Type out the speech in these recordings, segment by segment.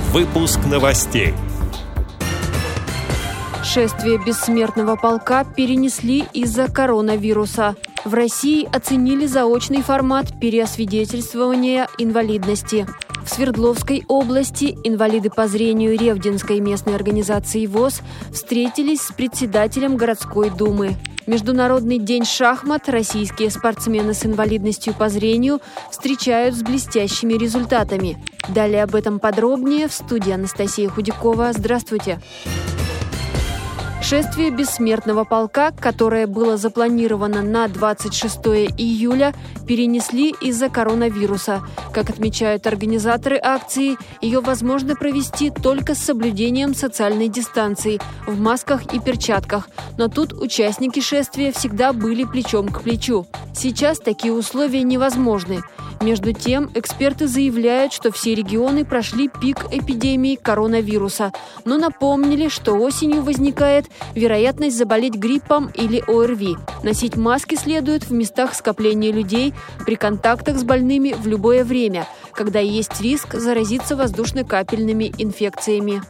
Выпуск новостей. Шествие бессмертного полка перенесли из-за коронавируса. В России оценили заочный формат переосвидетельствования инвалидности. В Свердловской области инвалиды по зрению Ревдинской местной организации ВОС встретились с председателем городской думы. Международный день шахмат российские спортсмены с инвалидностью по зрению встречают с блестящими результатами. Далее об этом подробнее в студии Анастасия Худякова. Здравствуйте! Шествие бессмертного полка, которое было запланировано на 26 июля, перенесли из-за коронавируса. Как отмечают организаторы акции, ее возможно провести только с соблюдением социальной дистанции, в масках и перчатках. Но тут участники шествия всегда были плечом к плечу. Сейчас такие условия невозможны. Между тем, эксперты заявляют, что все регионы прошли пик эпидемии коронавируса, но напомнили, что осенью возникает вероятность заболеть гриппом или ОРВИ. Носить маски следует в местах скопления людей, при контактах с больными в любое время, когда есть риск заразиться воздушно-капельными инфекциями.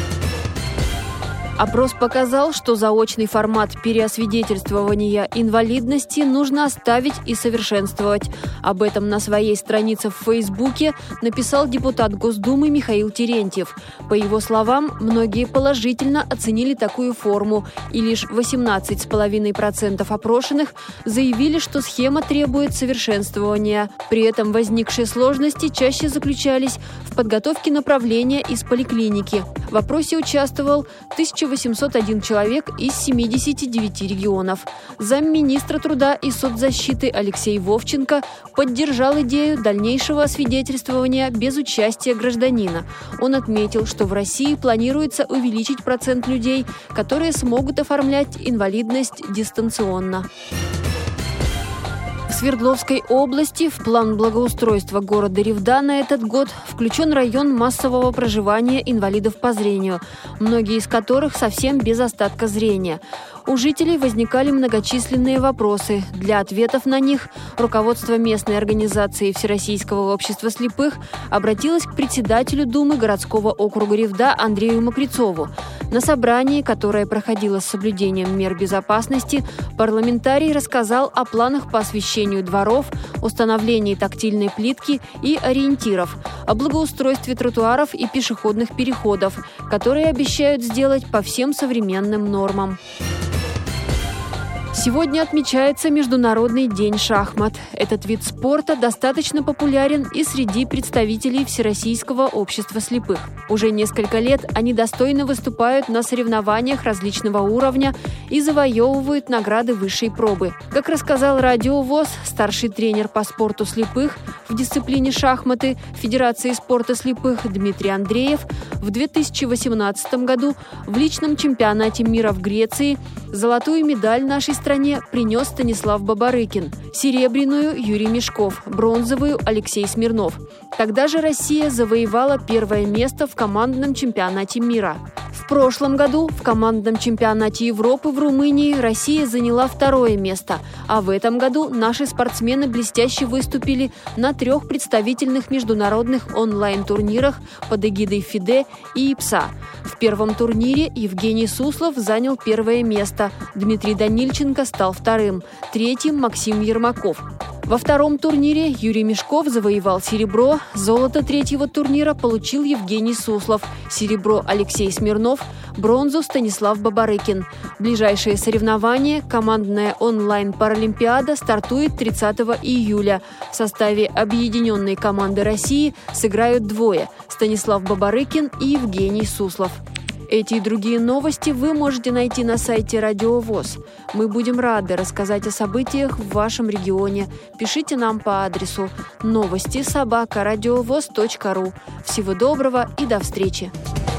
Опрос показал, что заочный формат переосвидетельствования инвалидности нужно оставить и совершенствовать. Об этом на своей странице в Фейсбуке написал депутат Госдумы Михаил Терентьев. По его словам, многие положительно оценили такую форму, и лишь 18,5% опрошенных заявили, что схема требует совершенствования. При этом возникшие сложности чаще заключались в подготовке направления из поликлиники. В опросе участвовал 1801 человек из 79 регионов. Замминистра труда и соцзащиты Алексей Вовченко поддержал идею дальнейшего освидетельствования без участия гражданина. Он отметил, что в России планируется увеличить процент людей, которые смогут оформлять инвалидность дистанционно. В Свердловской области в план благоустройства города Ревда на этот год включен район массового проживания инвалидов по зрению, многие из которых совсем без остатка зрения. У жителей возникали многочисленные вопросы. Для ответов на них руководство местной организации Всероссийского общества слепых обратилось к председателю Думы городского округа Ревда Андрею Мокрицову. На собрании, которое проходило с соблюдением мер безопасности, парламентарий рассказал о планах по освещению дворов, установлении тактильной плитки и ориентиров, о благоустройстве тротуаров и пешеходных переходов, которые обещают сделать по всем современным нормам. Сегодня отмечается Международный день шахмат. Этот вид спорта достаточно популярен и среди представителей Всероссийского общества слепых. Уже несколько лет они достойно выступают на соревнованиях различного уровня и завоевывают награды высшей пробы. Как рассказал Радио ВОС, старший тренер по спорту слепых в дисциплине шахматы Федерации спорта слепых Дмитрий Андреев, в 2018 году в личном чемпионате мира в Греции золотую медаль нашей стране принес Станислав Бабарыкин, серебряную – Юрий Мешков, бронзовую – Алексей Смирнов. Тогда же Россия завоевала первое место в командном чемпионате мира. В прошлом году в командном чемпионате Европы в Румынии Россия заняла второе место, а в этом году наши спортсмены блестяще выступили на 3 представительных международных онлайн-турнирах под эгидой ФИДЕ и ИПСА. В первом турнире Евгений Суслов занял первое место, Дмитрий Данильченко стал вторым, третьим Максим Ермаков. Во втором турнире Юрий Мешков завоевал серебро, золото третьего турнира получил Евгений Суслов, серебро Алексей Смирнов, бронзу Станислав Бабарыкин. Ближайшее соревнование, командная онлайн-паралимпиада, стартует 30 июля. В составе объединенной команды России сыграют двое – Станислав Бабарыкин и Евгений Суслов. Эти и другие новости вы можете найти на сайте Радио ВОС. Мы будем рады рассказать о событиях в вашем регионе. Пишите нам по адресу новости@радиовос.ру. Всего доброго и до встречи!